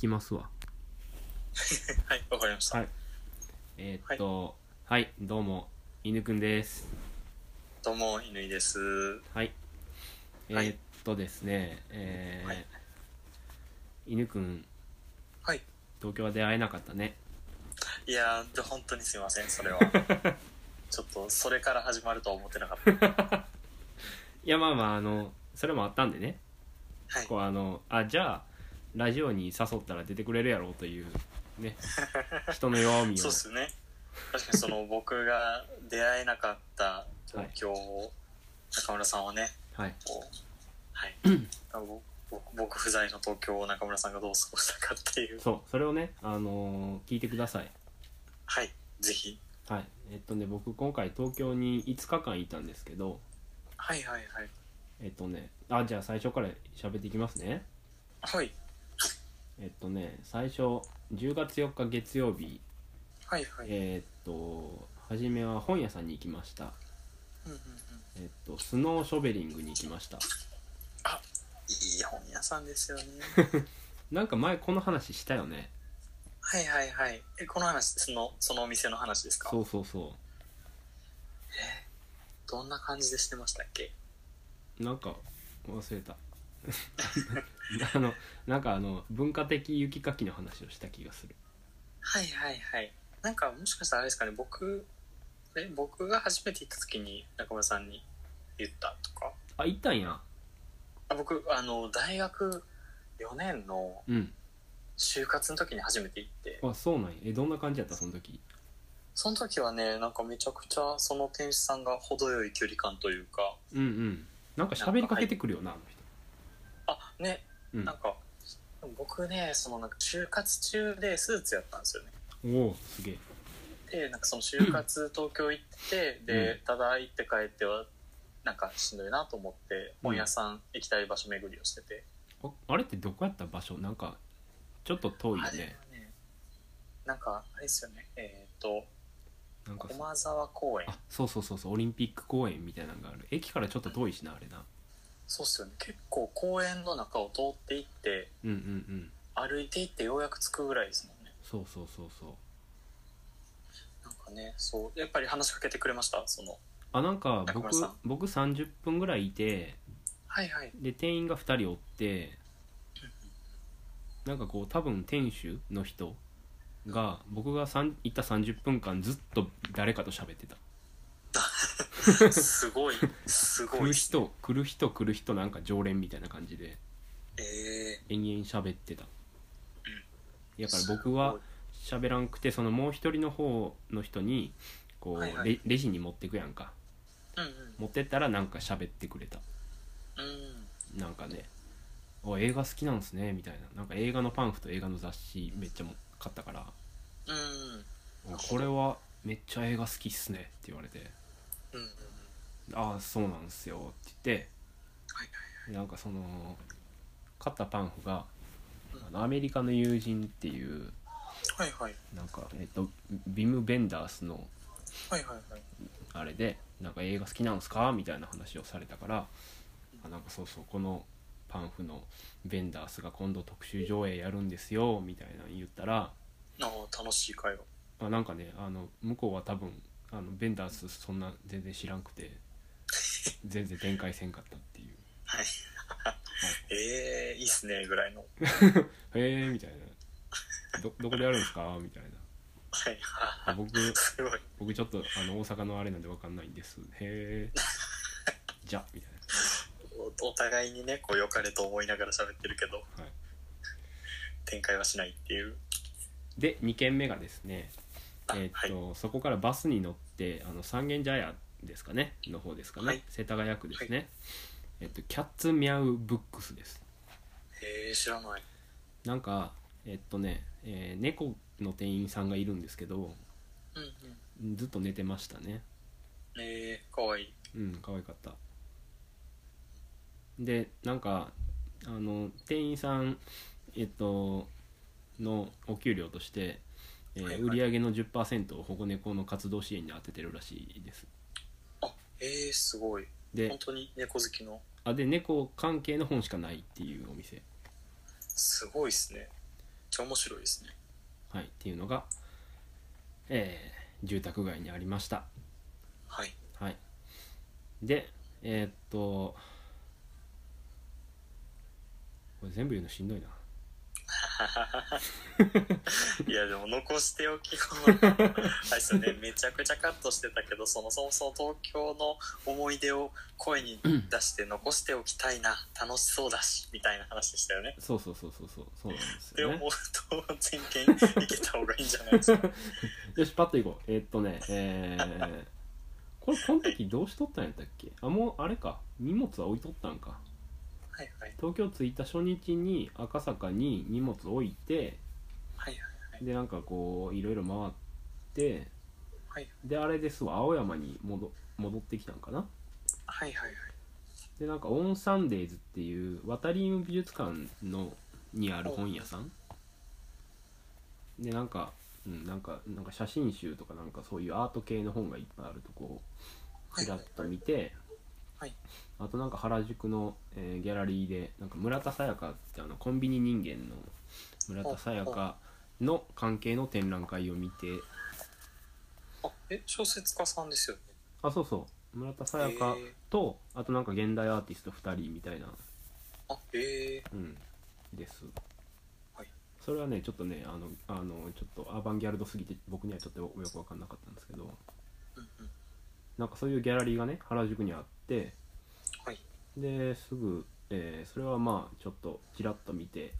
きますわ。 はい、わかりました。 はい。はい、どうも犬くんです。 どうも、乾です。 はい。 はい。 ですね、 はい。 犬くんはい。 東京は出会えなかったね。 いやー、本当にすいません、それは。ちょっと、それから始まるとは思ってなかった。 いや、まあまあ、それもあったんでね、 はい。 こうじゃあラジオに誘ったら出てくれるやろうというね、人の弱みを。 そうっすね。確かに僕が出会えなかった東京を、中村さんはね、 はい。 こう、はい。僕不在の東京を中村さんがどう過ごしたかっていう。 そう、それをね、聞いてください。 はい。ぜひ。 はい。僕今回東京に5日間いたんですけど、 はいはいはい。 じゃあ最初から喋っていきますね。 はい。 最初10月4日月曜日、 はいはい。 初めは本屋さんに行きました。 うんうんうん。 スノーショベリングに行きました。 あ、いい本屋さんですよね。 なんか前この話したよね。 はいはいはい。この話、そのお店の話ですか？ そうそうそどんな感じでしてましたっけ？ う。なんか忘れた。あのなんか文化的雪かきの話をした気がする。 はいはいはい。なんかもしかしたらあれですかね、僕が初めて行った時に中村さんに言ったとか。 あ、行ったんや。 僕、大学4年のうん。 就活の時に初めて行って、 あ、そうなんや。どんな感じやったその時。 その時はね、なんかめちゃくちゃその店主さんが程よい距離感というか、 うんうん。なんか喋りかけてくるよな、あのあ、ね、 人。 なんか、僕ね、なんか就活中でスーツやったんですよね。 うん。おお、すげえ。 で、なんかその就活東京行ってで、 うんただ行って帰ってはなんかしんどいなと思って本屋さん行きたい場所巡りをしてて、 あれってどこやった場所？なんかちょっと遠いよあれはね。 ね、なんかあれですよね、 なんか駒沢公園。 そうそうそうそう、オリンピック公園みたいなのがある。駅からちょっと遠いしな、あれな。 そうっすよね、結構公園の中を通っていってうんうんうん。 歩いていってようやく着くぐらいですもんね。 そうそうそうそう。 なんかね、そうやっぱり話しかけてくれました、 なんか中村さん。 僕30分ぐらいいて、 はいはい。 で店員が2人おって、なんかこう多分店主の人が僕が行った30分間ずっと誰かと喋ってた。 すごいす来ごいっすね。 る人来る人、なんか常連みたいな感じで延々喋ってた。だからす僕はごい。 喋らんくて、そのもう一人の方の人にこうはいはい。 レジに持ってくやんか。 うん持ってったらなんか喋ってくれた。 うんなんかね、映画好きなんすねみたいな。なんか映画のパンフと映画の雑誌めっちゃ買ったから、 うんうんこれはめっちゃ映画好きっすねって言われて、 うんうん。 ああそうなんすよって言って、 はいはいなんか買ったパンフがうんアメリカの友人っていう、 はいはいなんかビム・ベンダースのはいはいはい。 あれで、なんか映画好きなんすかみたいな話をされたから、なんかそうそう、このパンフのベンダースが今度特集上映やるんですよみたいなの言ったら、 ああ、楽しい会話。 なんかね、向こうは多分ベンダースそんな全然知らんくて全然展開せんかったっていう。 はい。いいっすねぐらいの。 へえみたいな。どこでやるんですかみたいな。 はい僕すごい。 ちょっと大阪のあれなんで分かんないんです。へえじゃみたいお互いにね、こう良かれと思いながら喋ってるけどな。はい。 展開はしないっていう。 で2軒目がですね、 はい。 そこからバスに乗って三軒茶屋ですかねの方ですかね、 はい世田谷区ですね、キャッツミャウブックスです。 知らない。 なんか猫の店員さんがいるんですけど、 うんずっと寝てましたね。 うん。かわいい。 うん可愛かった。でなんか店員さんのお給料として、 はいはい。 売上の 10% を保護猫の活動支援に当ててるらしいです。 あ、すごい。 で本当に猫好きの。 猫関係の本しかないっていうお店。 すごいっすね。 ちゃ面白いですね。 はい、っていうのが、住宅街にありました。 はい。 はい。で、これ全部言うのしんどいな。 いやでも残しておきのあれですよね、めちゃくちゃカットしてたけど、そもそも東京の思い出を声に出して残しておきたいな、楽しそうだしみたいな話でしたよね。 そうなんですよね。 って思うと全県行けた方がいいんじゃないですか。 よし、パッといこう。この時どうしとったんやったっけ。もうあれか、荷物は置いとったんか。 はいはい東京着いた初日に赤坂に荷物置いて、 はいはいでなんかこういろいろ回って、 はいであれですわ、青山に戻ってきたんかな。 はいはいはい。 でなんかオンサンデーズっていうワタリウム美術館のにある本屋さんで、なんか写真集とかなんかそういうアート系の本がいっぱいあるとこうちらっと見て、 はい、 あとなんか原宿の、ギャラリーでなんか村田沙耶香ってコンビニ人間の村田沙耶香の関係の展覧会を見て、 小説家さんですよね。 そうそう村田沙耶香と、あとなんか現代アーティスト2人みたいな、です。 はい。 それはねちょっとねちょっとアバンギャルドすぎて僕にはちょっとよく分かんなかったんですけど、なんかそういうギャラリーがね原宿にあって、 はい、 ですぐ、それはまあちょっとちらっと見て、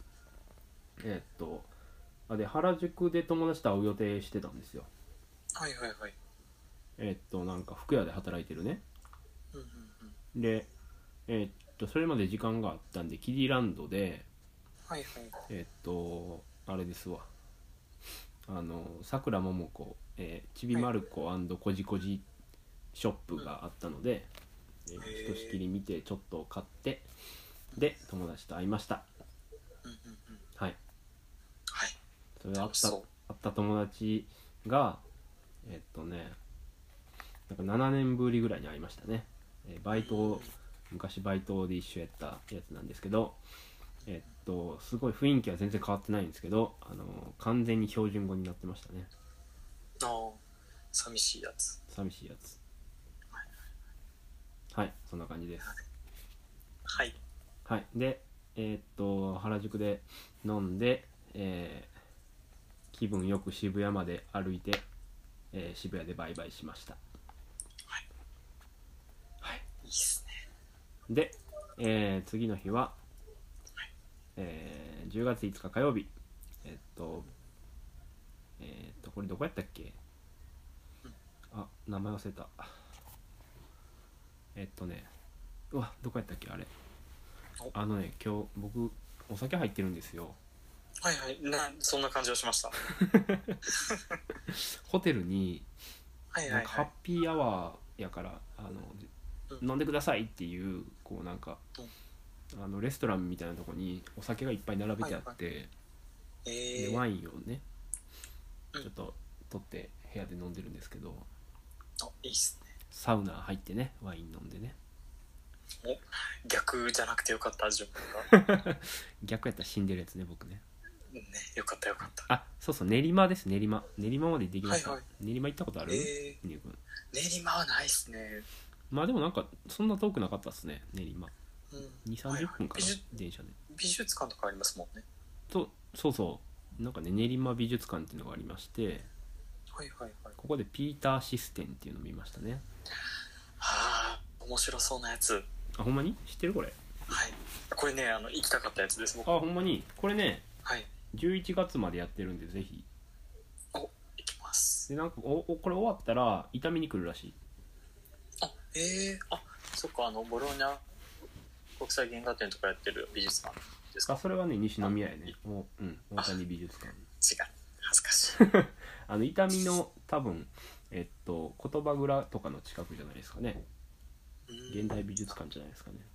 で原宿で友達と会う予定してたんですよ。 はいはいはい。 なんか服屋で働いてるね。でそれまで時間があったんでキディランドで、 はいはい。 あれですわ、さくらももこ、ちびまる子&こじこじショップがあったので、ひとしきり見てちょっと買って、で友達と会いました。はい。 はい。 それで会った友達がなんか7年ぶりぐらいに会いましたね。昔バイトで一緒やったやつなんですけど、すごい雰囲気は全然変わってないんですけど、完全に標準語になってましたね。 寂しいやつ。 はい、そんな感じです。 はい。 はい。で原宿で飲んで、気分よく渋谷まで歩いて、渋谷でバイバイしました。はい。 いいっすね。 で、次の日は、10月5日火曜日、これどこやったっけ。名前忘れた。うわ、どこやったっけあれ。今日僕お酒入ってるんですよ。 はいはい。そんな感じをしました。 ホテルになんかハッピーアワーやから飲んでくださいっていうこうなんかレストランみたいなとこにお酒がいっぱい並べてあって、でワインをねちょっと取って部屋で飲んでるんですけど、 いいっすね。 サウナ入ってねワイン飲んでね。 逆じゃなくてよかった。自分が逆やったら死んでるやつね僕ね。 よかったよかった。 そう練馬です。練馬まで行ってきました。練馬行ったことある？ 練馬はないっすね。 まあでもなんかそんな遠くなかったっすね練馬。2、30分かな、電車で。 美術館とかありますもんね。 そうなんかね練馬美術館っていうのがありまして、ここでピーター・システンっていうのを見ましたね。 面白そうなやつ。 ほんまに知ってるこれ？ はい、これね行きたかったやつです僕。 ほんまにこれね、 はい、 11月までやってるんでぜひ。 行きます。 でなんかこれ終わったら痛みに来るらしい。 そっかボローニャ国際原画展とかやってる美術館ですか？ それはね西宮やね。大谷美術館。 違う、恥ずかしい。 痛みの多分言葉蔵とかの近くじゃないですかね。現代美術館じゃないですかね。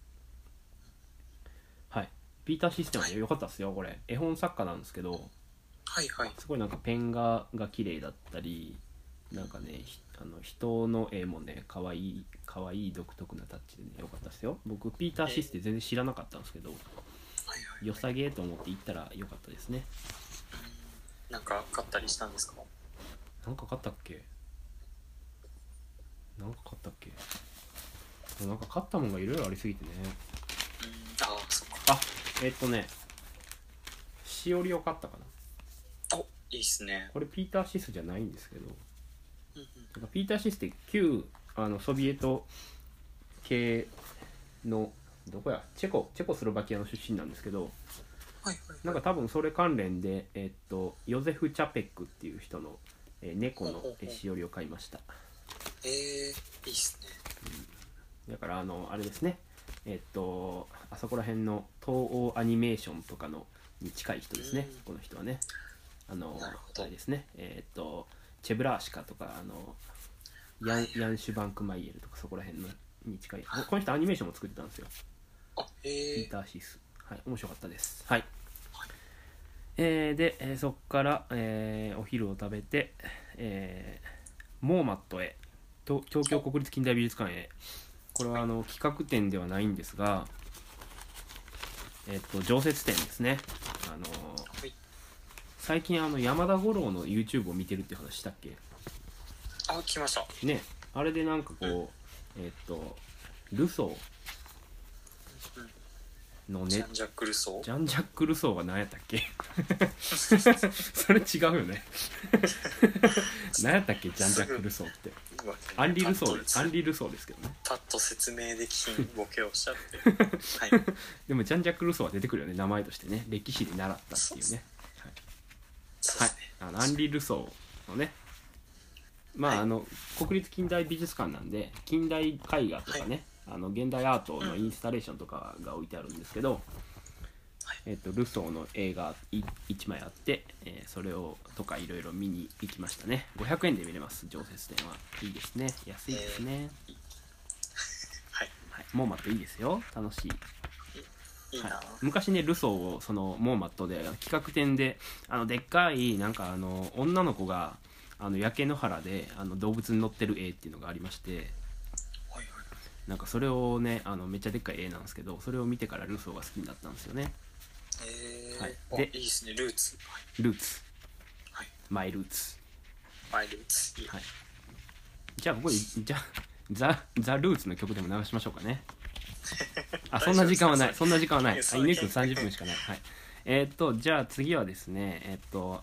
はい。ピーター・システムは良かったっすよ。これ絵本作家なんですけど、すごいなんかペン画が綺麗だったり、なんかね人の絵もね可愛い独特なタッチでね良かったっすよ。僕ピーター・システム全然知らなかったんですけど、良さげと思って行ったら良かったですね。 なんか買ったりしたんですか？ なんか買ったっけなんか買ったもんがいろいろありすぎてね。 ああ、そっか。 しおりを買ったかな。 お、いいっすね。 これピーターシスじゃないんですけど、 うんうん、 なんかピーターシスって旧ソビエト系のどこやチェコスロバキアの出身なんですけど、 はいはいはい、 なんか多分それ関連で、ヨゼフ・チャペックっていう人の、猫のしおりを買いました。 いいっすね。 だからあれですね、あそこら辺の東欧アニメーションとかのに近い人ですね、この人はね。あれですね、チェブラーシカとかヤンシュバンクマイエルとかそこら辺のに近い。この人アニメーションも作ってたんですよ。ピーターシス。はい、面白かったです。はい。で、そっから、お昼を食べて、モーマットへ東京国立近代美術館へ。これは企画展ではないんですが、常設展ですね。最近山田五郎の YouTube を見てるっていう話したっけ？ あ、来ましたね。あれでなんかこう、ルソーのね、 ジャンジャック・ルソーが何やったっけ？それ違うよね。何やったっけ？ジャンジャック・ルソーってアンリ・ルソーですけどね。 パッと説明できんボケをしちゃってはい、 でもジャンジャック・ルソーは出てくるよね、名前としてね。歴史で習ったっていうね。はい、アンリ・ルソーのね、まあ、国立近代美術館なんで近代絵画とかね、現代アートのインスタレーションとかが置いてあるんですけど、ルソーの映画1枚あって、それをとかいろいろ見に行きましたね。500円で見れます。常設展はいいですね、安いですね。はい、モーマットいいですよ、楽しい。 いいな、 昔ねルソーをそのモーマットで企画展ででっかいなんか女の子が焼け野原で動物に乗ってる絵っていうのがありまして、はいはい、なんかそれをねめっちゃでっかい絵なんですけど、それを見てからルソーが好きになったんですよね。 はい、でいいですね、ルーツ、 はい、マイルーツ、 はい、 じゃあここでザ・ルーツの曲でも流しましょうかね。あ、そんな時間はない。犬くん30分しかない。はい。じゃあ次はですね、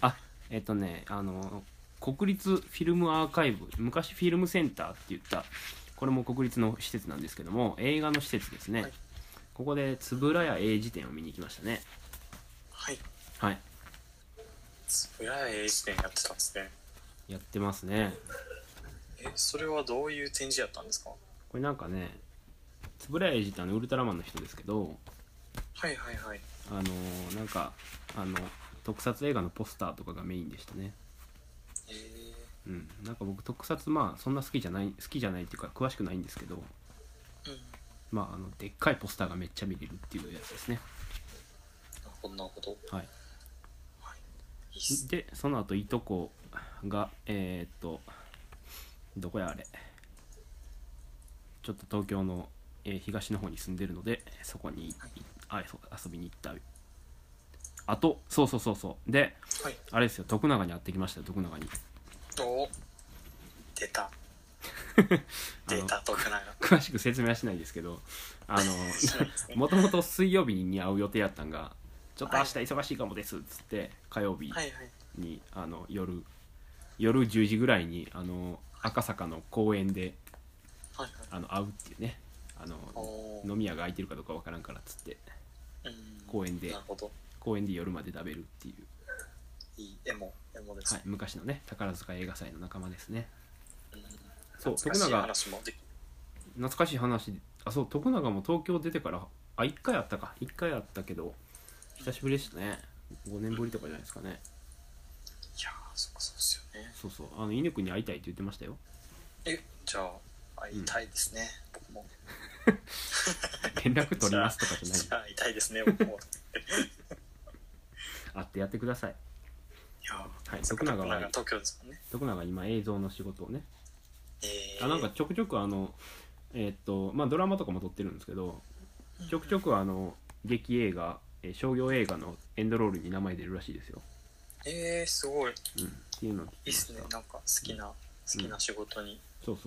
国立フィルムアーカイブ、昔フィルムセンターって言った、これも国立の施設なんですけども、映画の施設ですね。はい、ここで円谷英二展を見に行きましたね。 はい。 はい。 円谷英二展やってたんですね。 やってますね。 それはどういう展示やったんですか？これなんかね、円谷英二ってウルトラマンの人ですけど、 はいはいはい、 なんか特撮映画のポスターとかがメインでしたね。なんか僕特撮そんな好きじゃないっていうか詳しくないんですけど、でっかいポスターがめっちゃ見れるっていうやつですね。 なるほど。 はい。でその後いとこがどこやあれ、ちょっと東京の、東の方に住んでるのでそこに遊びに行った。あとそうで、はい、あれですよ、徳永に会ってきましたよ。徳永に出た徳永。 詳しく説明はしないですけど、もともと水曜日に会う予定やったんが、ちょっと明日忙しいかもですっつって火曜日に、夜10時ぐらいに赤坂の公園で、会うっていうね、飲み屋が空いてるかどうかわからんからっつって、公園で夜まで食べるっていう。 いいエモですね。 はい、昔のね宝塚映画祭の仲間ですね。 そう徳永懐かしい話。そう徳永も東京出てから1回あったけど久しぶりでしたね。5年ぶりとかじゃないですかね。 いやそうですよね。 そう犬くんに会いたいって言ってましたよ。 じゃあ会いたいですね、僕も。 連絡取りますとかじゃない。 じゃあ会いたいですね、僕も。 会ってやってください。 はい、徳永は東京ですもんね。 徳永今映像の仕事をね、なんかちょくちょくドラマとかも撮ってるんですけど、ちょくちょく劇映画、商業映画のエンドロールに名前出るらしいですよ。 すごい。 っていうのを聞きました。 いいっすね。なんか好きな仕事にそう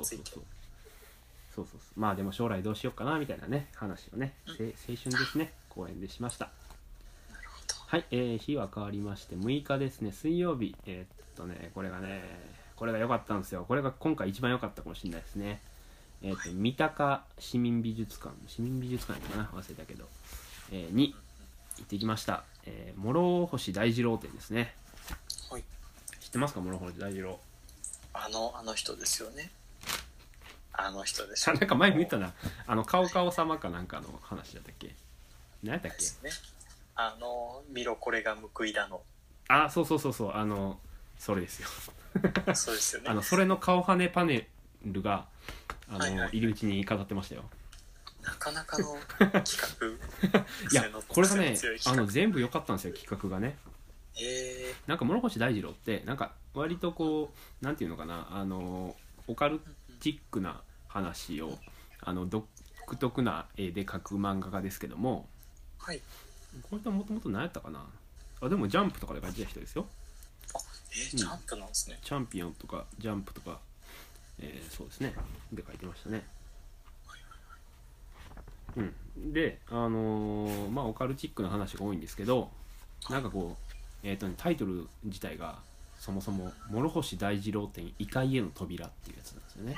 まあでも将来どうしようかなみたいなね話をね、青春ですね、公園でしました。 なるほど。 はい、日は変わりまして6日ですね、水曜日。これが良かったんですよ。これが今回一番良かったかもしれないですね。三鷹市民美術館かな、忘れたけど、に行ってきました。諸星大二郎展ですね。 はい。 知ってますか、諸星大二郎。 あの人ですよね。あの人でしょ。 なんか前も言ったな、カオ様かなんかの話だったっけ、何やったっけ。 ですね。見ろこれが報いだの。 あ、そうそれですよ。 そうですよね。 それの顔はねパネルが入り口に飾ってましたよ。 なかなかの企画いやこれがね全部良かったんですよ、企画がね。なんか諸星大二郎ってなんか割とこうなんていうのかな、オカルティックな話を独特な絵で描く漫画家ですけども、 はい、 この人はもともと何やったかなあ、でもジャンプとかで描いてた人ですよ。 ジャンプなんですね。 チャンピオンとかジャンプとか、そうですねで書いてましたね。でまあオカルチックな話が多いんですけど、なんかこうタイトル自体がそもそも諸星大二郎展異界への扉っていうやつなんですよね。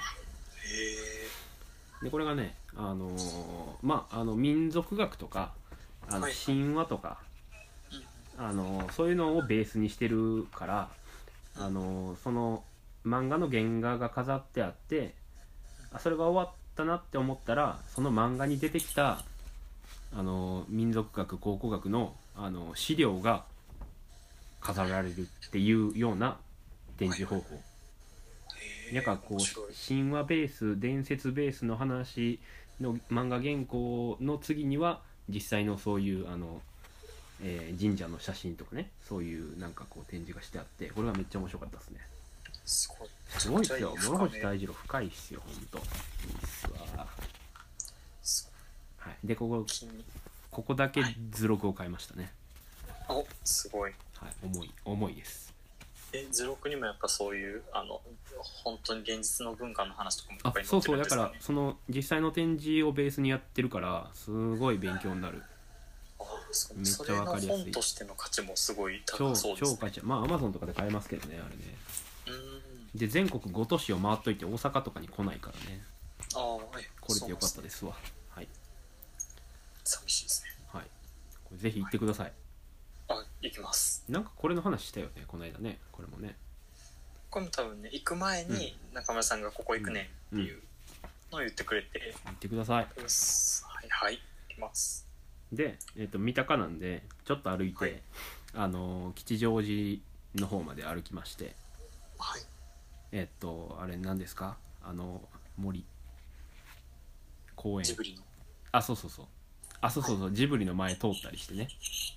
でこれがねまあ民族学とか神話とかそういうのをベースにしてるからその漫画の原画が飾ってあって、それが終わったなって思ったらその漫画に出てきた民族学考古学の資料が飾られるっていうような展示方法。なんかこう神話ベース伝説ベースの話の漫画原稿の次には実際のそういう神社の写真とかね、そういうなんかこう展示がしてあって、これはめっちゃ面白かったですね。すごいですよ、諸星大二郎深いっすよ、ほんといいっすわ。はい、でここだけ図録を買いましたね。 お、すごい。 はい、重いです。 図録にもやっぱそういう本当に現実の文化の話とかもいっぱい載ってるんですかね。 そうだからその実際の展示をベースにやってるからすごい勉強になる。めっちゃ分かりやすい。 本としての価値もすごい高そうですね。 超価値。まあ Amazon とかで買えますけどね、あれね。で全国5都市を回っといて大阪とかに来ないからね。これでよかったですわ。はい。 寂しいですね。 はい。これぜひ行ってください。 行きます。 なんかこれの話したよね、この間ね。これもね。 これも多分ね、行く前に中村さんがここ行くねんっていうのを言ってくれて。 行ってください。 はい、行きます。 で、三鷹なんでちょっと歩いて、吉祥寺の方まで歩きまして、 はい、 あれ何ですか、森公園、 ジブリのそうジブリの前通ったりしてね、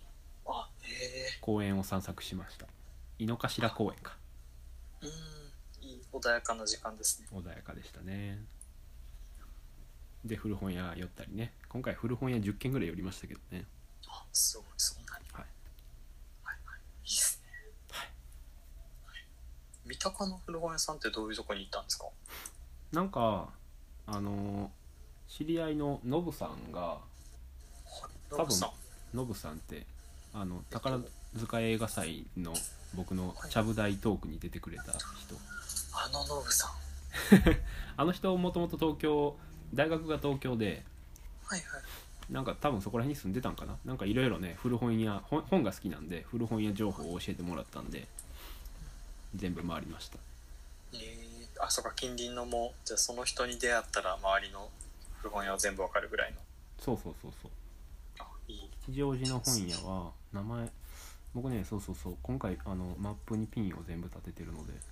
公園を散策しました。井の頭公園か。 いい穏やかな時間ですね。 穏やかでしたね。で古本屋寄ったりね、今回古本屋10軒ぐらい寄りましたけどね。 すごい、そんなに。はい、いいっすね。はい。三鷹の古本屋さんってどういうとこに行ったんですか？ なんか知り合いのノブさんが、多分ノブさんって宝塚映画祭の僕のちゃぶ台トークに出てくれた人。 ノブさんあの人もともと東京、大学が東京で、なんか多分そこら辺に住んでたんかな。なんかいろいろね、古本屋、本が好きなんで古本屋情報を教えてもらったんで全部回りました。 そうか、近隣のもじゃあその人に出会ったら周りの古本屋は全部わかるぐらいの。 そう吉祥寺の本屋は名前僕ね、今回マップにピンを全部立ててるので、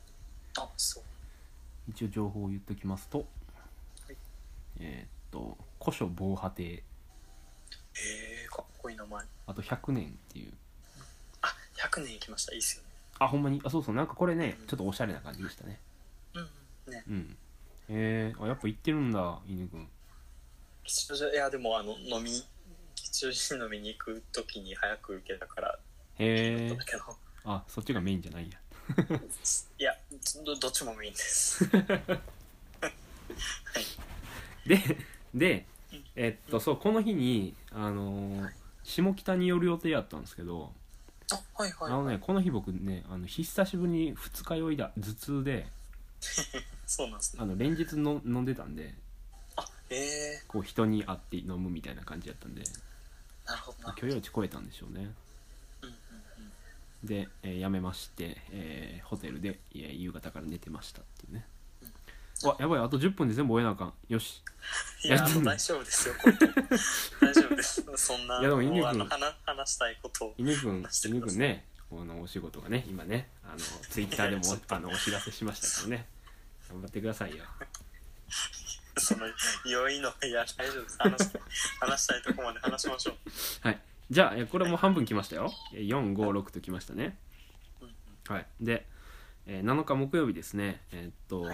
一応情報を言っておきますと、古書防波堤、 かっこいい名前。 あと100年っていう。 100年行きました。いいっすよね。 ほんまに。そうなんかこれね、ちょっとおしゃれな感じでしたね。やっぱ行ってるんだ、犬くん。 吉祥寺、いやでも吉祥寺飲みに行く時に早く行けたからだけど、 あ、そっちがメインじゃないんや。 いや、どっちもメインです。はい。 で、そう、この日に下北に寄る予定やったんですけど、 はいはいはい、 この日僕ね、久しぶりに二日酔いだ、頭痛でそうなんですね。 連日の飲んでたんで、こう人に会って飲むみたいな感じやったんで、 なるほどな。 許容値超えたんでしょうね。で、辞めまして、ホテルで夕方から寝てましたっていうね。わ、やばい、あと10分で全部終えなあかん。よし。 いや、大丈夫ですよ、これ大丈夫です。そんな、 いやでも話したいことを犬くんね、このお仕事がね、今ね、ツイッターでもお知らせしましたけどね、頑張ってくださいよ。 その良いの、いや大丈夫です。話したいとこまで話しましょう。 はい。じゃあこれも半分来ましたよ。456と来ましたね。はい。で、7日木曜日ですね。はい、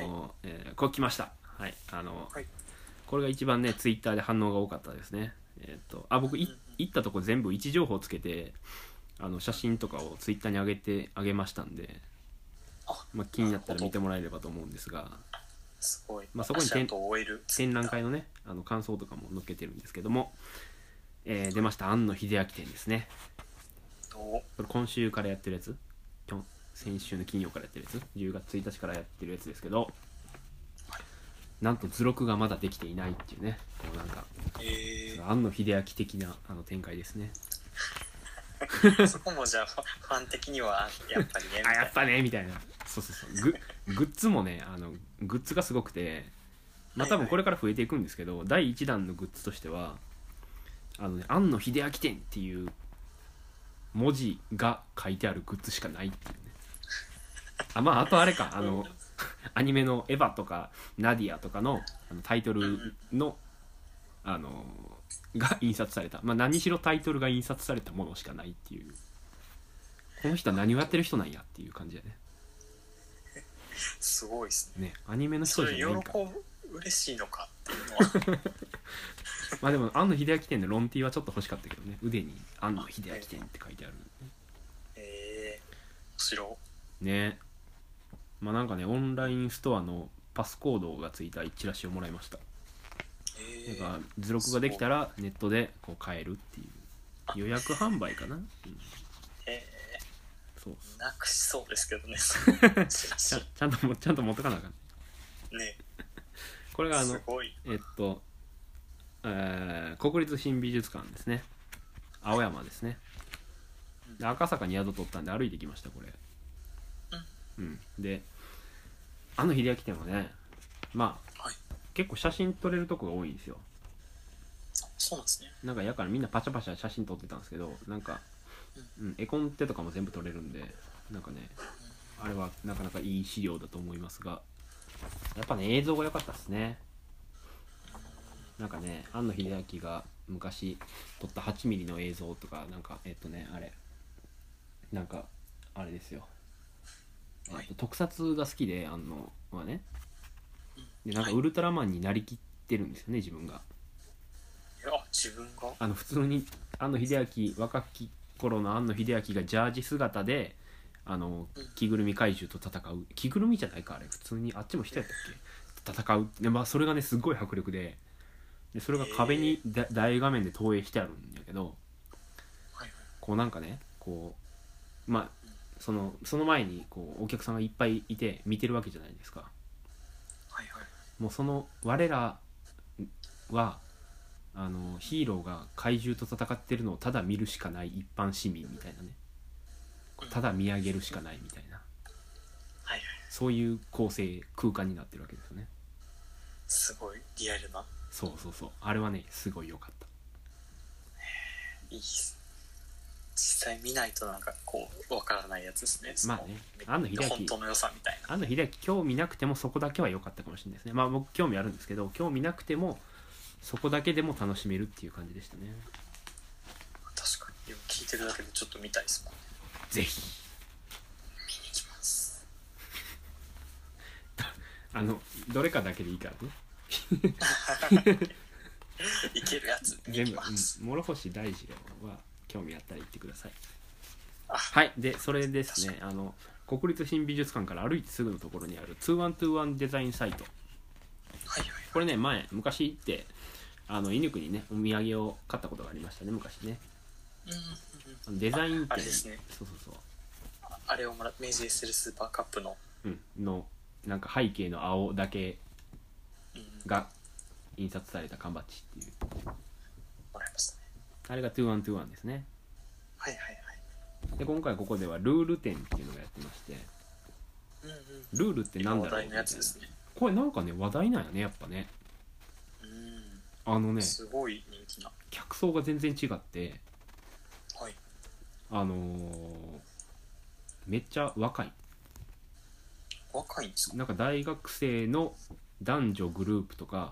これ来ました。はい。はい、これが一番ねツイッターで反応が多かったですね。僕行ったとこ全部位置情報つけて写真とかをツイッターに上げましたんで、気になったら見てもらえればと思うんですが、 すごい。 そこに展覧会のね感想とかも載っけてるんですけども、出ました庵野秀明展ですね。これ今週からやってるやつ、先週の金曜からやってるやつ、10月1日からやってるやつですけど、なんと図録がまだできていないっていうね、なんか、庵野秀明的な展開ですね。 そこもじゃあファン的にはやっぱりねやっぱねみたいな。そうグッズもねグッズがすごくて、多分これから増えていくんですけど、第1弾のグッズとしては庵野秀明展っていう文字が書いてあるグッズしかないっていうね。あとあれかアニメのエヴァとかナディアとかのタイトルのが印刷された、何しろタイトルが印刷されたものしかないっていう、この人は何をやってる人なんやっていう感じやね。 すごいですね。 アニメの人じゃないんか。 それ嬉しいのかっていうのはでも庵野秀明展のロンティーはちょっと欲しかったけどね、腕に庵野秀明展って書いてある。 面白ね。なんかね、オンラインストアのパスコードがついたチラシをもらいました。だから図録ができたらネットでこう買えるっていう予約販売かな。そうなくしそうですけどねちゃんと持ってかなあかんね。 これがすごい国立新美術館ですね。青山ですね。で赤坂に宿取ったんで歩いてきましたこれ。で秀明展はね、結構写真撮れるとこが多いんですよ。 そうなんですね。 なんかやからみんなパシャパシャ写真撮ってたんですけど、なんか、絵コンテとかも全部撮れるんで、なんかね、あれはなかなかいい資料だと思いますが、やっぱね映像が良かったですね。なんかね庵野秀明が昔撮った8ミリの映像とか、なんかあれなんかあれですよ、特撮が好きで庵野はね、でなんかウルトラマンになりきってるんですよね自分が。 自分が普通に庵野秀明、若き頃の庵野秀明がジャージ姿で着ぐるみ怪獣と戦う、着ぐるみじゃないかあれ、普通にあっちも人やったっけ、戦うで、それがねすっごい迫力で、それが壁に大画面で投影してあるんだけど、こうなんかねこうその前にこうお客さんがいっぱいいて見てるわけじゃないですか。もうその我らはヒーローが怪獣と戦ってるのをただ見るしかない一般市民みたいなね、ただ見上げるしかないみたいな、そういう構成空間になってるわけですよね。 すごいリアルな。 そうあれはねすごい良かった。 いいっす。実際見ないとなんかこうわからないやつですね。 庵野秀明本当の良さみたいな。 庵野秀明興味なくてもそこだけは良かったかもしれないですね。僕興味あるんですけど、興味なくてもそこだけでも楽しめるっていう感じでしたね。 確かに聞いてるだけでちょっと見たいですもんね。 ぜひ見に行きますどれかだけでいいからねいけるやつ見に行きます。 諸星大二郎は興味あったら言ってください。 はい。でそれですね、国立新美術館から歩いてすぐのところにある2121デザインサイト、 はいはい、 これね昔行って犬くにねお土産を買ったことがありましたね、昔ね。デザイン展、 あれですね、 そうあれを明治エッセルスーパーカップの、 のなんか背景の青だけが印刷された缶バッジっていうもらいましたね。 あれが2121ですね。 はいはいはい。 で今回ここではルール展っていうのがやってまして、ルールってなんだろうみたいな。話題のやつですね。これなんかね話題なんやね、やっぱね。 すごい人気な。 客層が全然違って、 はい。 めっちゃ若いんですか。 なんか大学生の男女グループとか、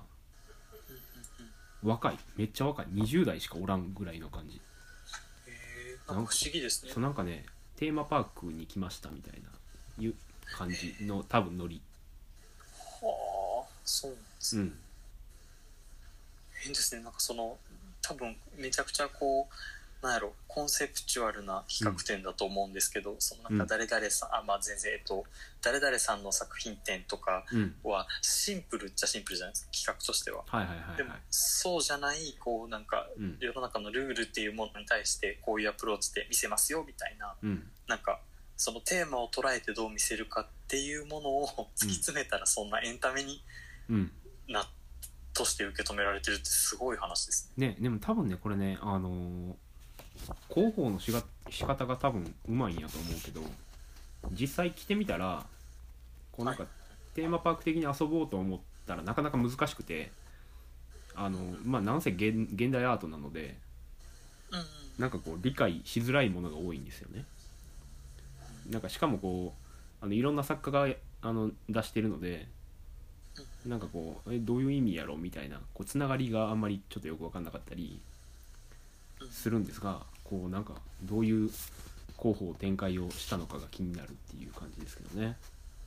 若い、めっちゃ若い、20代しかおらんぐらいの感じ。 なんか不思議ですね。 そう、なんかねテーマパークに来ましたみたいないう感じの多分ノリ。 はあ、そうなんですね。変ですね。なんか多分めちゃくちゃこうなんやろ、コンセプチュアルな企画展だと思うんですけど、なんか誰々さん、全然誰々さんの作品展とかはシンプルっちゃシンプルじゃないですか、企画としては。でもそうじゃないこうなんか世の中のルールっていうものに対してこういうアプローチで見せますよみたいな、なんかそのテーマを捉えてどう見せるかっていうものを突き詰めたらそんなエンタメになとして受け止められてるってすごい話ですね。でも多分ねこれね広報の仕方が多分うまいんやと思うけど、実際来てみたらこうなんかテーマパーク的に遊ぼうと思ったらなかなか難しくて、なんせ現代アートなので、なんかこう理解しづらいものが多いんですよね。なんかしかもこういろんな作家が出してるので、なんかこうどういう意味やろみたいなこうつながりがあんまりちょっとよく分かんなかったりするんですが、こうなんかどういう広報展開をしたのかが気になるっていう感じですけどね。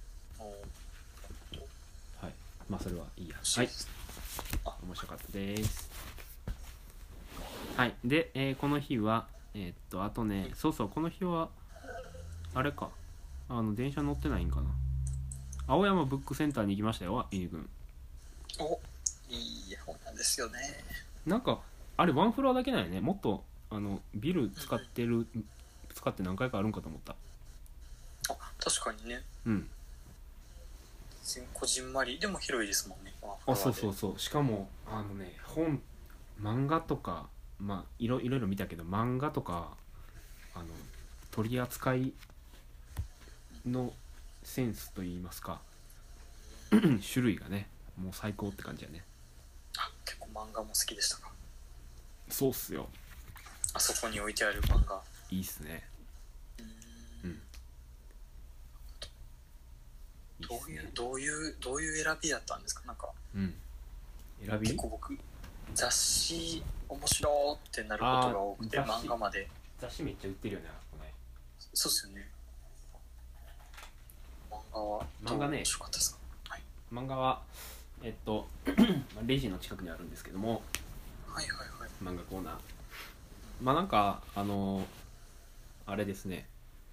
はい、それはいいや。はい、面白かったです。はい。で、この日はあとね、そうこの日はあれか、電車乗ってないんかな。青山ブックセンターに行きましたよ、イニ君。 いい本なんですよね。 なんかあれワンフロアだけなんやね。もっとビル使って何回かあるんかと思った。 確かにね。こじんまりでも広いですもんね。 そうしかも漫画とかいろいろ見たけど、漫画とか取り扱いのセンスといいますか種類がねもう最高って感じやね。 結構漫画も好きでしたか。 そうっすよ。 あそこに置いてある漫画いいっすね。 どういう選びだったんですか。なんか、 選び結構僕雑誌面白ってなることが多くて、漫画まで雑誌めっちゃ売ってるよね。 そうっすよね。漫画ね、面白かったですか。 漫画はレジの近くにあるんですけども、漫画コーナー、なんかあれですね、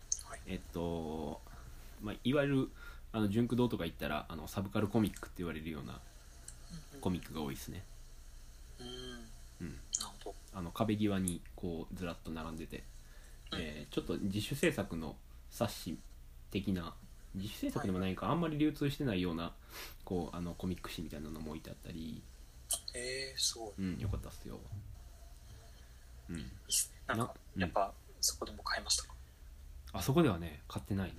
いわゆる純駆動とか行ったらサブカルコミックって言われるようなコミックが多いですね。なるほど。壁際にこうずらっと並んでて、ちょっと自主制作の冊子的な、自主制作でもないか、あんまり流通してないようなこうコミック誌みたいなのも置いてあったり。 すごい。 よかったっすよ。 なんかやっぱそこでも買いましたか。 あそこではね買ってないね。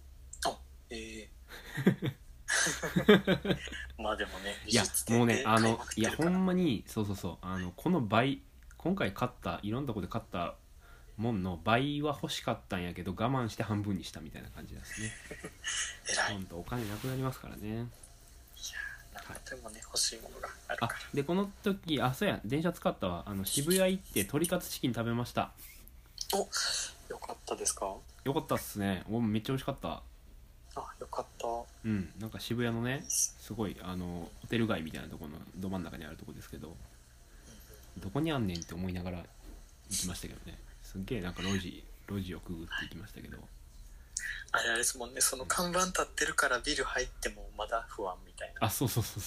でもね、 いやもうねほんまにそうこの倍、今回買ったいろんなとこで買ったもんの倍は欲しかったんやけど我慢して半分にしたみたいな感じですね。ほんとお金なくなりますからね。いやなんでもね、欲しいものがあるから。 でこの時そうや電車使ったわ。渋谷行って鶏カツチキン食べました。 よかったですか。 よかったっすね。めっちゃ美味しかった。 よかった。 なんか渋谷のねすごいホテル街みたいなところのど真ん中にあるとこですけど、どこにあんねんって思いながら行きましたけどね。すっげえなんか路地路地をくぐっていきましたけど、 あれですもんね、その看板立ってるからビル入ってもまだ不安みたいな。 あ、そう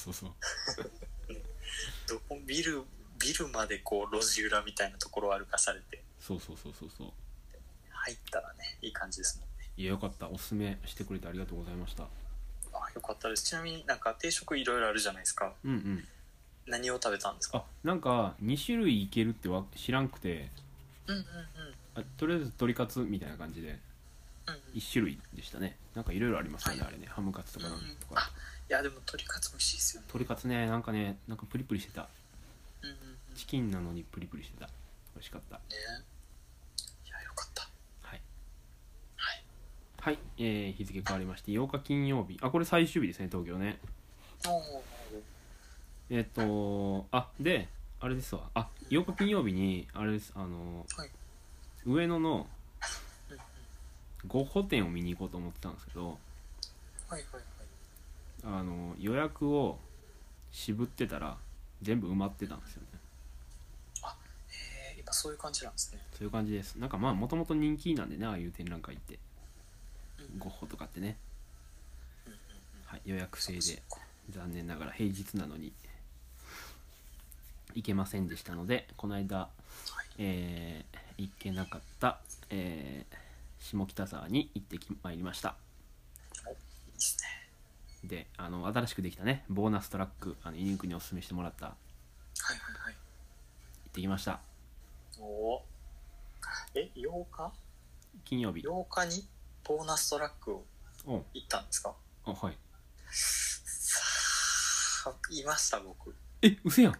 どこビルまでこう路地裏みたいなところを歩かされて、 そう入ったらねいい感じですもんね。 いやよかった、おすすめしてくれてありがとうございました。 あ、よかったです。ちなみになんか定食いろいろあるじゃないですか。何を食べたんですか？ あ、なんか2種類いけるって知らんくて、とりあえず鶏カツみたいな感じで1種類でしたね。なんかいろいろありますよね、あれね、ハムカツとかなんとか。 いやでも鶏カツ美味しいですよね。 鶏カツね、なんかプリプリしてた。チキンなのにプリプリしてた。美味しかった。 ね、いやよかった。 はい、日付変わりまして8日金曜日、これ最終日ですね、東京ね。であれですわ、8日金曜日にあれです、上野のゴッホ展を見に行こうと思ってたんですけど、予約を渋ってたら全部埋まってたんですよね。 今そういう感じなんですね。 そういう感じです。なんかまあもともと人気なんでね、ああいう展覧会って、ゴッホとかってね、はい、予約制で残念ながら平日なのに行けませんでしたので、この間、行けなかった、下北沢に行ってまいりました。 いいですね。 で、新しくできたねボーナストラック、ユニークにおすすめしてもらった、行ってきました。 8日金曜日 8日にボーナストラックを行ったんですか？ はい。 さあ、いました僕。 嘘やん。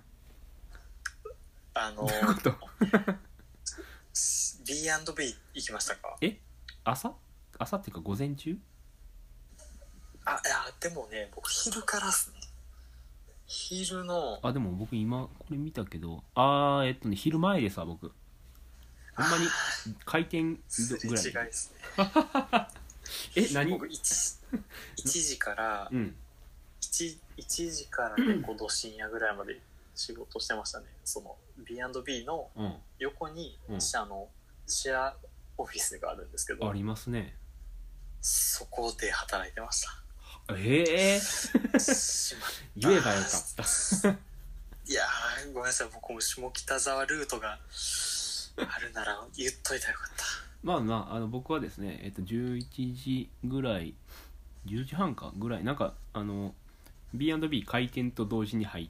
B&B 行きましたか？ 朝っていうか午前中？ いやでもね、僕昼からっすね。昼のでも僕今これ見たけど、昼前ですわ僕。ほんまに開店ぐらい。 違いですね。何？ 僕1時から1時から結構ど深夜ぐらいまで仕事してましたね。その B&B の横にシェアオフィスがあるんですけど、 ありますね。 そこで働いてました。 言えばよかった。 いやーごめんなさい、僕も下北沢ルートがあるなら言っといたらよかった。 僕はですね、11時ぐらい、10時半かぐらい、なんかB&B 開店と同時に入って、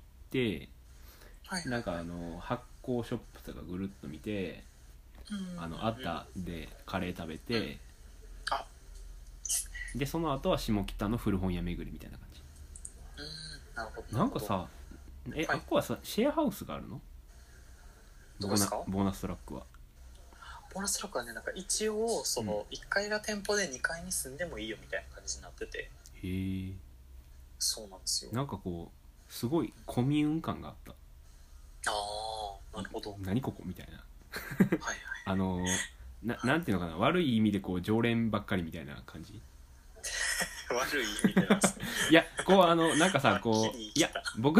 なんか発酵ショップとかぐるっと見て、アッタでカレー食べて、でその後は下北の古本屋巡りみたいな感じ。 なるほど。 なんかさ、あっこはさシェアハウスがあるの？ どこですか？ ボーナストラックは。 ボーナストラックはね、なんか一応その1階が店舗で2階に住んでもいいよみたいな感じになってて。 へえ。 そうなんですよ。 なんかこうすごいコミューン感があった。 なるほど。 何ここみたいな。 はいなんていうのかな、悪い意味でこう常連ばっかりみたいな感じ。 悪い意味でなんですね。 いやこうなんかさこう、いや僕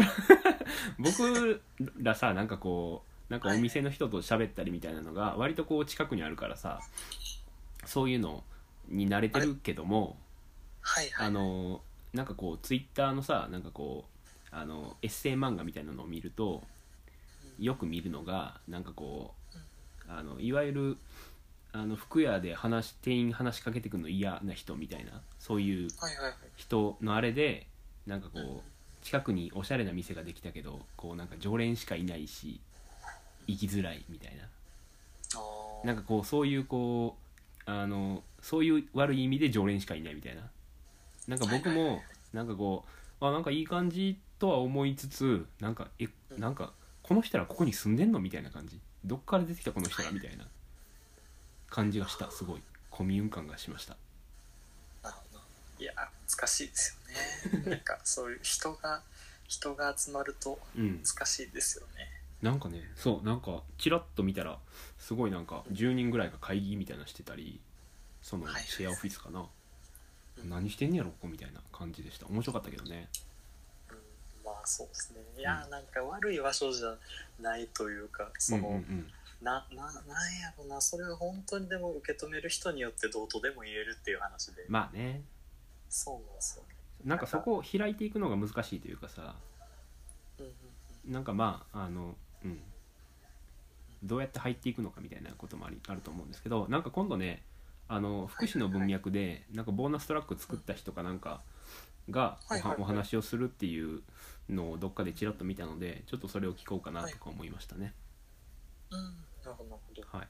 らさ、なんかこうなんかお店の人と喋ったりみたいなのが割とこう近くにあるからさ、そういうのに慣れてるけども、なんかこうツイッターのさ、なんかこうエッセイ漫画みたいなのを見るとよく見るのが、なんかこういわゆる服屋で店員話しかけてくるの嫌な人みたいな、そういう人のあれで、なんかこう近くにおしゃれな店ができたけど、こうなんか常連しかいないし行きづらいみたいな、なんかこうそういうこうそういう悪い意味で常連しかいないみたいな、なんか僕もなんかこうなんかいい感じとは思いつつ、なんかなんかこの人らここに住んでんのみたいな感じ、どっから出てきたこの人らみたいな感じがした。すごいコミューン感がしました。 なるほど。いや難しいですよね。なんかそういう人が集まると難しいですよね。 なんかね、そうなんかチラッと見たらすごいなんか10人ぐらいが会議みたいなのしてたり、そのシェアオフィスかな、何してんねやろここみたいな感じでした。面白かったけどね。 まあそうですね。いやなんか悪い場所じゃないというか、その、 なんやろな、それは本当にでも受け止める人によってどうとでも言えるっていう話で。 まあね。 そうなんですよね。 なんかそこを開いていくのが難しいというかさ、なんかまあどうやって入っていくのかみたいなこともあると思うんですけど、なんか今度ね、福祉の文脈でなんかボーナストラック作った人かなんかがお話をするっていうのをどっかでちらっと見たので、ちょっとそれを聞こうかなとか思いましたね。 なるほどなるほど。 はい、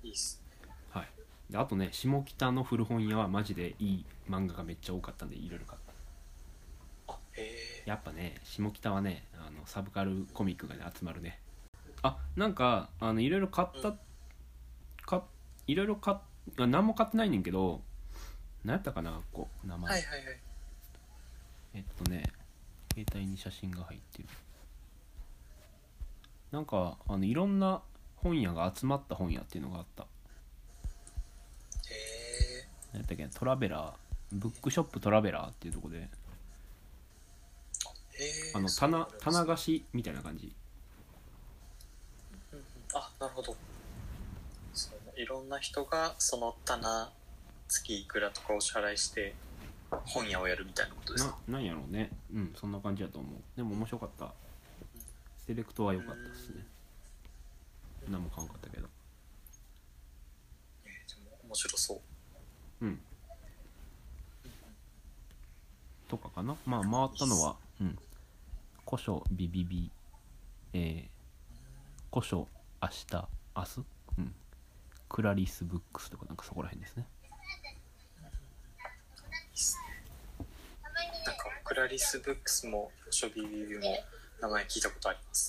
いいっすね。 はい。であとね、下北の古本屋はマジでいい漫画がめっちゃ多かったんでいろいろ買った。やっぱね、下北はね、サブカルコミックがね集まるね。なんかいろいろ買った、いろいろ何も買ってないねんけど、何やったかな、こう名前、携帯に写真が入ってる。なんかいろんな本屋が集まった本屋っていうのがあった。何やったっけ、トラベラーブックショップトラベラーっていうとこで、棚貸しみたいな感じ。 なるほど。そういろんな人がその棚月いくらとかお支払いして本屋をやるみたいなことですか。 なんやろうね。そんな感じだと思う。でも面白かった。セレクトは良かったですね。何も買わんかったけど。でも面白そう。 とかかな。まあ回ったのは古書ビビビ、古書明日、クラリスブックスとかなんかそこら辺ですね。 なんかクラリスブックスも古書ビビビも名前聞いたことあります。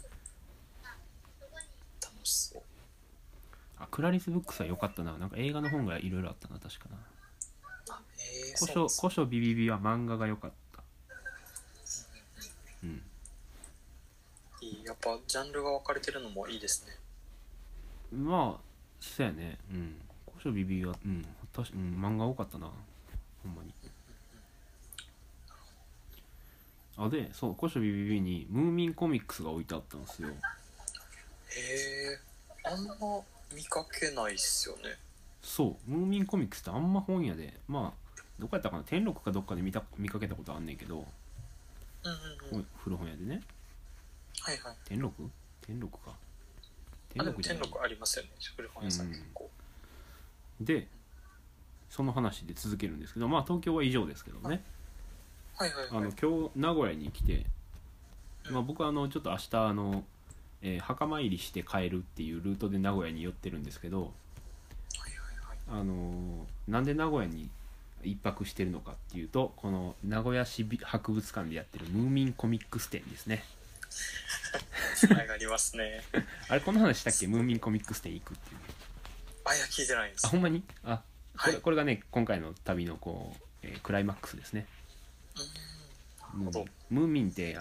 楽しそう。 クラリスブックスは良かったな。なんか映画の本がいろいろあったな、確かな。古書ビビビは漫画が良かった。 やっぱジャンルが分かれてるのもいいですね。 まあそうやね。古書ビビビは漫画多かったな、ほんまに。でそう、古書ビビビにムーミンコミックスが置いてあったんですよ。 あんま見かけないっすよね。 そう、ムーミンコミックスってあんま本屋で、まあどこやったかな、天禄かどっかで見かけたことあんねんけど、古本屋でね。天禄か。天禄じゃない。天禄ありますよね、古本屋さん結構。 でその話で続けるんですけど、まあ東京は以上ですけどね。今日名古屋に来て、僕はちょっと明日墓参りして帰るっていうルートで名古屋に寄ってるんですけど、なんで名古屋に一泊してるのかっていうと、この名古屋市博物館でやってるムーミンコミックス展ですね。 つながりますね。 あれこの話したっけ、ムーミンコミックス展行くっていう。 いや聞いてないです。 ほんまにこれがね今回の旅のクライマックスですね。ムーミンって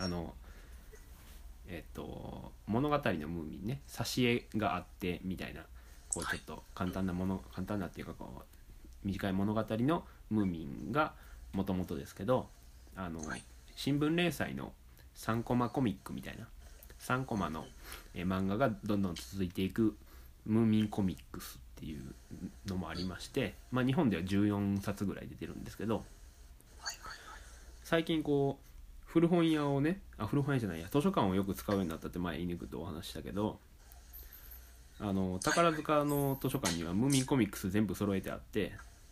物語のムーミンね、挿絵があってみたいな、こうちょっと簡単なっていうか、こう短い物語のムーミンがもともとですけど、新聞連載の3コマコミックみたいな3コマの漫画がどんどん続いていくムーミンコミックスっていうのもありまして、日本では14冊ぐらい出てるんですけど、最近こう古本屋をね、古本屋じゃないや、図書館をよく使うようになったって前犬とお話したけど、宝塚の図書館にはムーミンコミックス全部揃えてあって、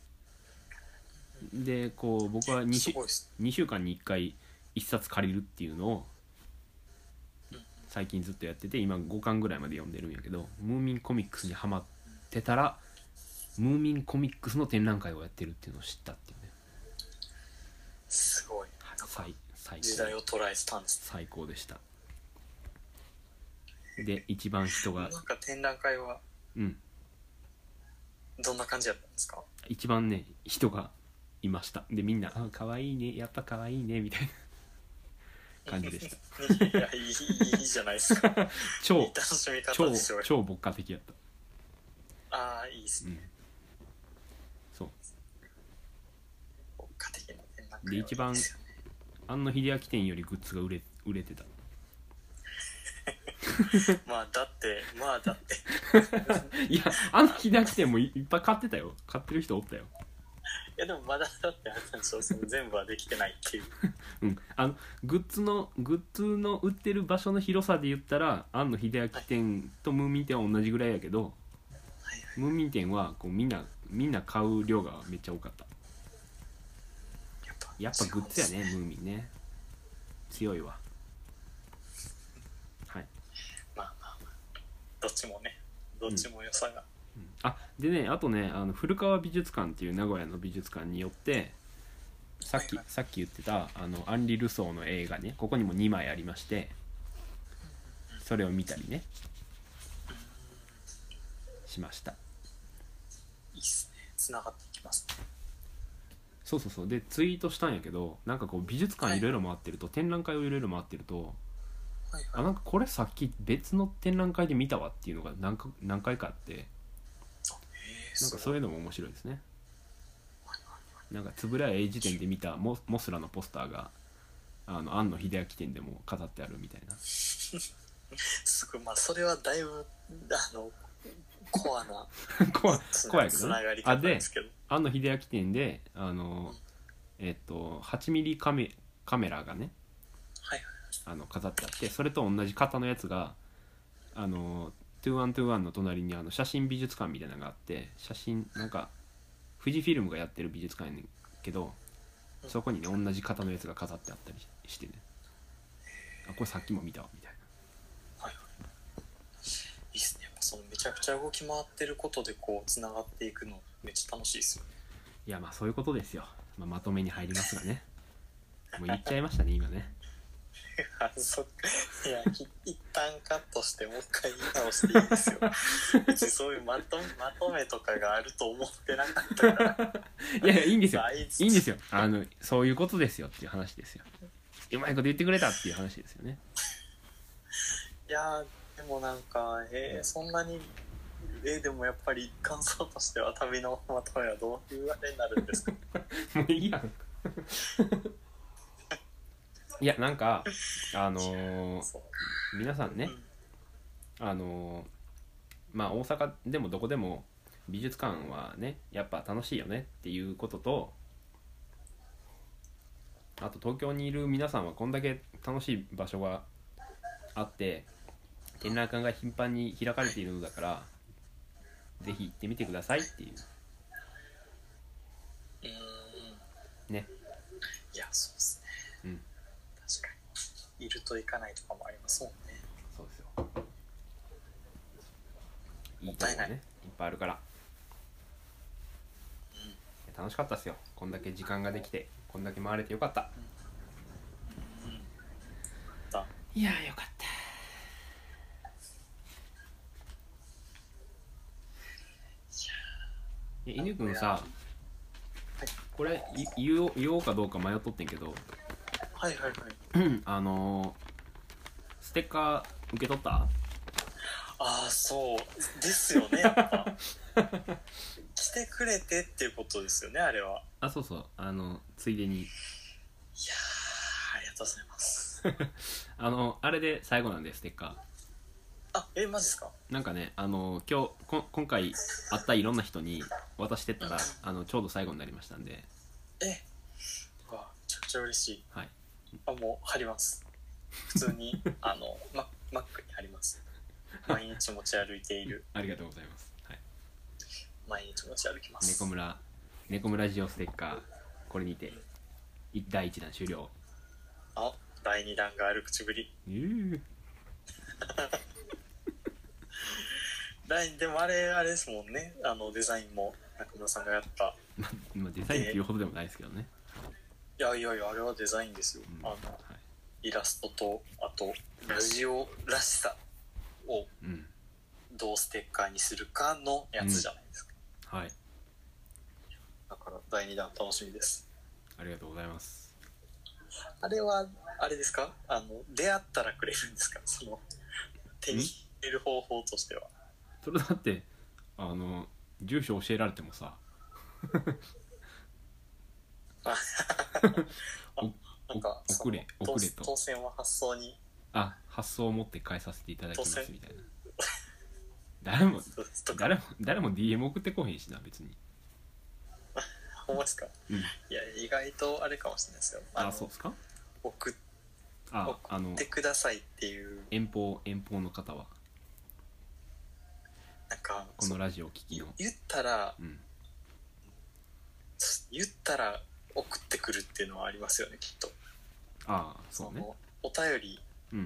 でこう僕は2週間に1回1冊借りるっていうのを最近ずっとやってて、今5巻ぐらいまで読んでるんやけど、ムーミンコミックスにハマってたらムーミンコミックスの展覧会をやってるっていうのを知ったっていうね。 すごい、 最高、 時代を捉えてたんですね。 最高でした。で一番人がなんか展覧会はどんな感じだったんですか。 一番ね人がいました。でみんな可愛いね、やっぱ可愛いねみたいな感じでしたいやいいじゃないですか。 超楽しみ方ですよ。 超牧歌的やった。 いいですね。 そう牧歌的な展覧会で一番庵野秀明展よりグッズが売れてたまあだっていやあの秀明店もいっぱい買ってたよ。買ってる人おったよ。 いやでもまだだってあったんでしょ、その全部はできてないっていううんグッズの売ってる場所の広さで言ったら庵野秀明店とムーミン店は同じぐらいやけど、ムーミン店はこうみんな買う量がめっちゃ多かった。やっぱグッズやね、ムーミンね。強いわ。はい。 まあどっちも良さが、 あでね、あとね、古川美術館っていう名古屋の美術館によってさっき言ってたアンリ・ルソーの映画ね、ここにも2枚ありまして、それを見たりねしました。 いいっすね、つながっていきますね。 そうでツイートしたんやけど、なんかこう美術館いろいろ回ってると、展覧会をいろいろ回ってると、なんかこれさっき別の展覧会で見たわっていうのが何回かあって、なんかそういうのも面白いですね。なんか円谷英二店で見たモスラのポスターが庵野秀明店でも飾ってあるみたいな。 すごい、まあそれはだいぶコアなコアやけどね。 つながり方ですけど、 庵野秀明店で8ミリカメラがね、飾ってあって、それと同じ型のやつが2121の隣に写真美術館みたいなのがあって、写真なんか富士フィルムがやってる美術館やねんけど、そこにね同じ型のやつが飾ってあったりしてね、あこれさっきも見たわみたいな。 いいっすね。やっぱそのめちゃくちゃ動き回ってることでこうつながっていくのめっちゃ楽しいですよね。 いやまあそういうことですよ。まとめに入りますがね。もう言っちゃいましたね今ね。 そっか、いや一旦カットしてもう一回言い直していいですよ。別にそういうまとめとかがあると思ってなかったからいやいいんですよ、いいんですよ。そういうことですよっていう話ですよ。うまいこと言ってくれたっていう話ですよね。 いやでもなんかそんなにでもやっぱり感想としては旅のまとめはどういうあれになるんですか？ もういいやん。いやなんか皆さんね、まあ大阪でもどこでも美術館はねやっぱ楽しいよねっていうことと、あと東京にいる皆さんはこんだけ楽しい場所があって展覧会が頻繁に開かれているのだからぜひ行ってみてくださいっていうね。 いやそうですね、確かにいると行かないとかもありますもんね。 そうですよ、いいとこねいっぱいあるから、楽しかったっすよ。こんだけ時間ができてこんだけ回れてよかった、いやよかった。犬くんさ、これ言おうかどうか迷っとってんけど、ステッカー受け取った？ ああそうですよね、やっぱ来てくれてっていうことですよね、あれは。 あそうそう、ついでに。いやありがとうございますあれで最後なんでステッカー。 マジですか？ なんかね今回会ったいろんな人に渡してったらちょうど最後になりましたんで。 うわめちゃくちゃ嬉しい。 はい。 もう貼ります。普通にマックに貼ります。毎日持ち歩いているありがとうございます、はい、 毎日持ち歩きます。 猫村ジオステッカー、これにて第1弾終了。 第2弾がある口ぶりでもあれですもんね、デザインも中村さんがやった。 デザインっていうほどでもないですけどね。 いやあれはデザインですよ、イラストとあとラジオらしさをどうステッカーにするかのやつじゃないですか、 はい。 だから第2弾楽しみです。 ありがとうございます。 あれはあれですか、出会ったらくれるんですか、その手に入れる方法としては。 それだって住所教えられてもさなんか送れと。 当選は発想に発送を持って返させていただきますみたいな。誰も DM 送ってこへんしな別に。 ほんまですか、 うん、 いや意外とあれかもしれないですよ。 そうですか。 送ってくださいっていう遠方の方はなんかこのラジオを聞きの言ったら送ってくるっていうのはありますよねきっと。 そうね。お便り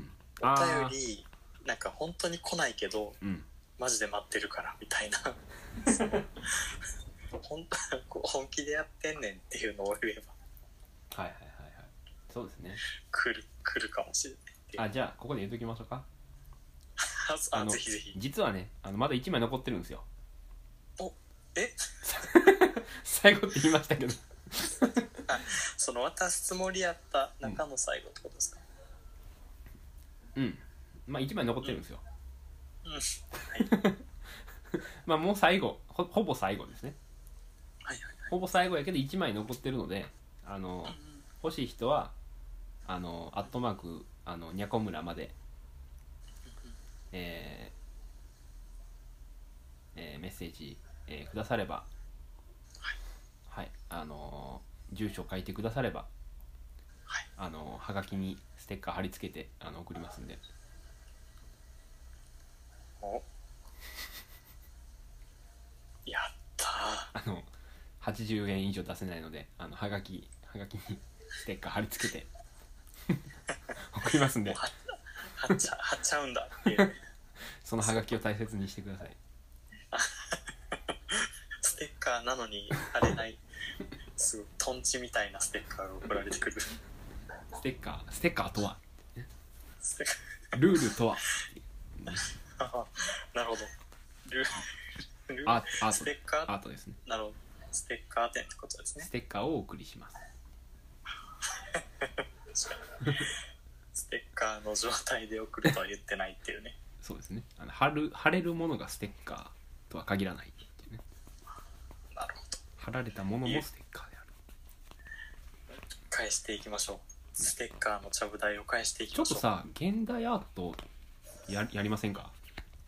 なんか本当に来ないけど、マジで待ってるからみたいな本気でやってんねんっていうのを言えばそうですね。 来るかもしれない。 じゃあここで言っときましょうか。 ぜひぜひ。 実はねまだ1枚残ってるんですよ。最後って言いましたけどその渡すつもりやった中の最後ってことですか。 1枚残ってるんですよ。 はい、 もう最後 ほぼ最後ですね。ほぼ最後やけど1枚残ってるので欲しい人はアットマークにゃこ村までメッセージ、くだされば、住所書いてくだされば、はがきにステッカー貼り付けて送りますんで。 やったー。80円以上出せないのではがきにステッカー貼り付けて送りますんで貼っちゃうんだっていうそのハガキを大切にしてくださいステッカーなのに貼れないすごいトンチみたいなステッカーが送られてくる。 ステッカーとはルールとはなるほど。ステッカーアートですね。 なるほど。ステッカー店ってことですね。 ステッカーをお送りしますステッカーの状態で送るとは言ってないっていうね。 そうですね。貼れるものがステッカーとは限らないっていうね。 なるほど。 貼られたものもステッカーである。 返していきましょう。ステッカーのちゃぶ台を返していきましょう。 ちょっとさ現代アートやりませんか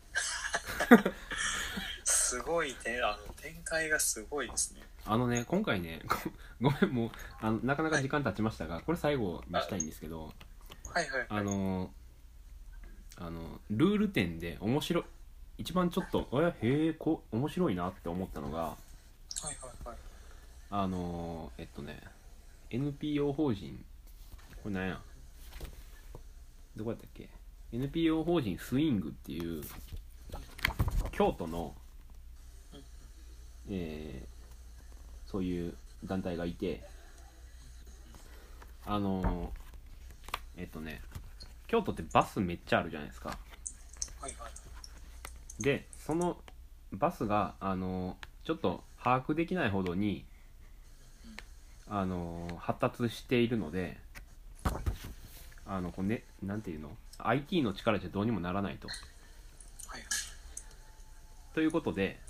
すごいね。展開がすごいですね。 今回ねごめんもうなかなか時間経ちましたが、これ最後にしたいんですけど、ルール展で一番ちょっと面白いなって思ったのが、NPO 法人これ何やどこやったっけ NPO 法人スイングっていう京都のそういう団体がいて、京都ってバスめっちゃあるじゃないですか。でそのバスがちょっと把握できないほどに発達しているのでなんていうの IT の力じゃどうにもならないと、ということで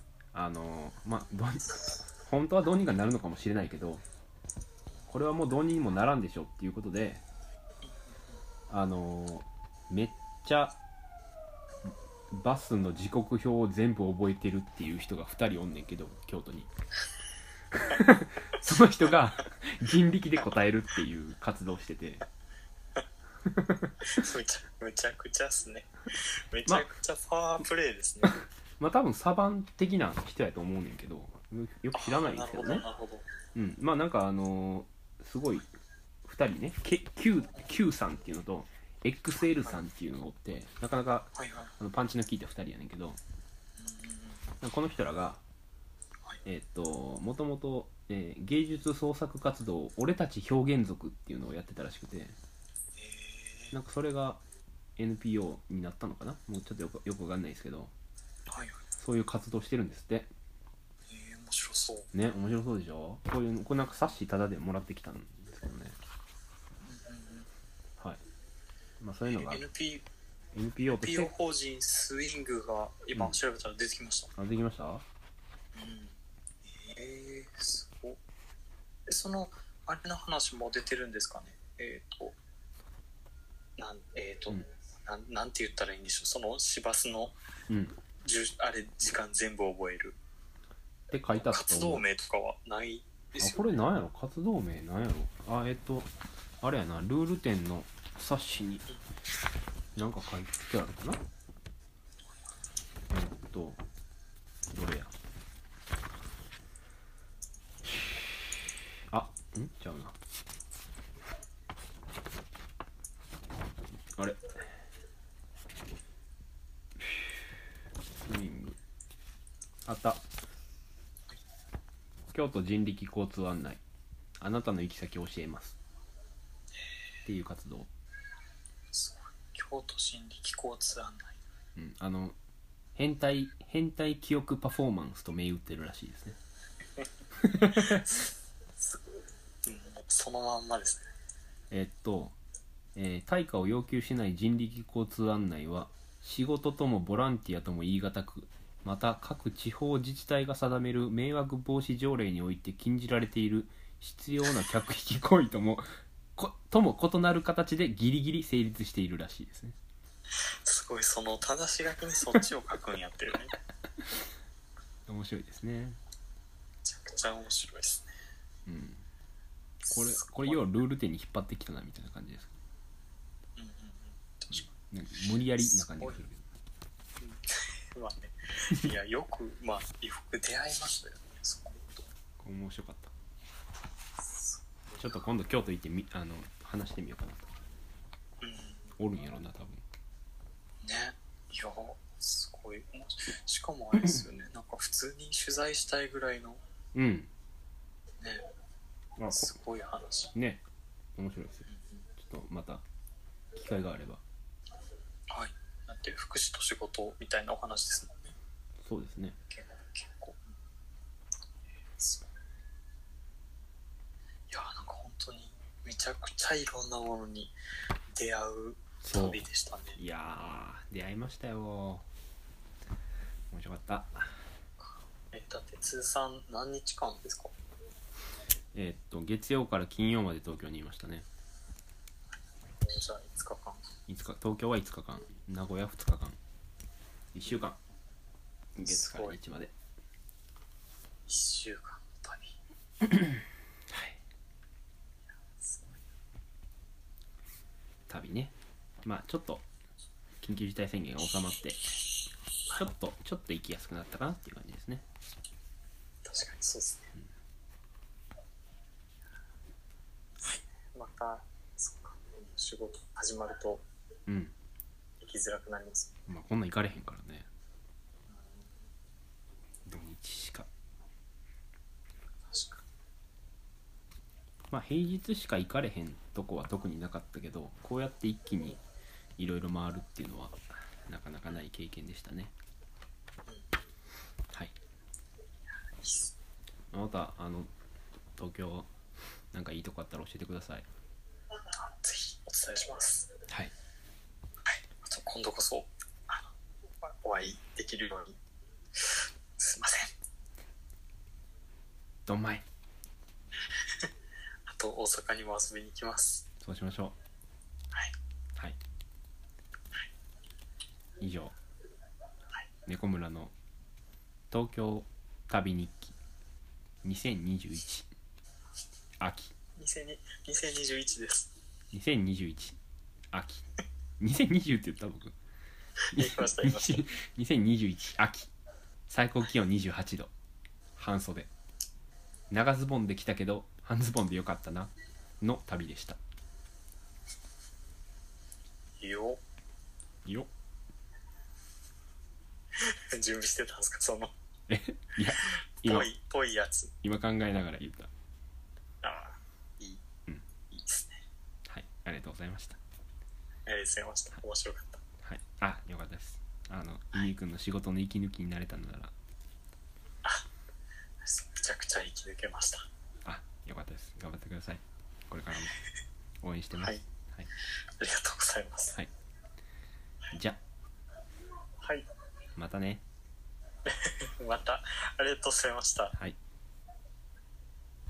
本当はどうにかなるのかもしれないけどこれはもうどうにもならんでしょっていうことでめっちゃバスの時刻表を全部覚えてるっていう人が2人おんねんけど京都にその人が人力で答えるっていう活動をしててむちゃくちゃっすね。めちゃくちゃパワープレイですね。 多分サバン的な人やと思うねんけどよく知らないんですけどね。なんかすごい2人ね Q さんっていうのと XL さんっていうのがおってなかなかパンチの効いた2人やねんけど、この人らがもともと芸術創作活動俺たち表現族っていうのをやってたらしくて、なんかそれが NPO になったのかな、もうちょっとよくわかんないですけど、そういう活動してるんですって。 面白そうね。面白そうでしょ。これなんか冊子タダでもらってきたんですけどね。そういうのが NPO として NPO 法人スイングが今調べたら出てきました。 出てきました。 すごい。そのあれの話も出てるんですかね。 なんて言ったらいいんでしょう、その市バスの、あれ時間全部覚えるって書いてあった。 活動名とかはないですよ、 これなんやろ、活動名なんやろ。あれやな、ルール展の冊子になんか書いてあるかな。どれや、ちゃうな、あれスイングあった。京都人力交通案内、あなたの行き先を教えますっていう活動。 京都人力交通案内、 変態記憶パフォーマンスと銘打ってるらしいですね。 そのまんまですね。 対価を要求しない人力交通案内は仕事ともボランティアとも言い難く、また各地方自治体が定める迷惑防止条例において禁じられている必要な客引き行為とも異なる形でギリギリ成立しているらしいですね。 すごい、その正し書きにそっちを書くんやってるね。 面白いですね。めちゃくちゃ面白いですね。 これ要はルール展に引っ張ってきたなみたいな感じです。 確かになんか無理やりな感じがするけど。まあね、いやよくよく出会いましたよね。そこと面白かった。ちょっと今度京都行って話してみようかなと。おるんやろな多分ね。いやすごい。しかもあれですよね。なんか普通に取材したいぐらいのね、すごい話ね。面白いですよ。ちょっとまた機会があれば。 はい。だって福祉と仕事みたいなお話ですもんね。 そうですね。 結構。いやなんか本当にめちゃくちゃいろんなものに出会う旅でしたね。 いや出会いましたよ。面白かった。 だって通算何日間ですか？ 月曜から金曜まで東京にいましたね。 じゃあ5日間。 東京は5日間、名古屋2日間、1週間、月から日まで。 1週間の旅。はい。 旅ね。まあちょっと緊急事態宣言が収まってちょっと行きやすくなったかなっていう感じですね。 確かにそうですね。また仕事始まると行きづらくなります、 まあこんなん行かれへんからね。土日しか。 確かに。 まあ平日しか行かれへんとこは特になかったけど、こうやって一気にいろいろ回るっていうのはなかなかない経験でしたね。はい。また東京なんかいいとこあったら教えてください。 ぜひお伝えします。 はい。 今度こそお会いできるように。すいません。 どんまい。 あと大阪にも遊びに行きます。 そうしましょう。はい。以上、猫村の東京旅日記2021秋。 2021です。 2021秋。2020って言った僕。 言いました。 2021秋。最高気温28度。半袖。長ズボンで来たけど半ズボンでよかったなの旅でした。 よ準備してたんですか、そのいやぽいやつ。 今考えながら言った。 いいですね。 はい、ありがとうございました。 ありがとうございました。面白かった。 はい、よかったです。いいくんの仕事の息抜きになれたのなら。 めちゃくちゃ生き抜けました。 よかったです。頑張ってください。これからも応援してます。はい。 ありがとうございます。 はい。じゃはい。 またね。 またありがとうございました。 はい。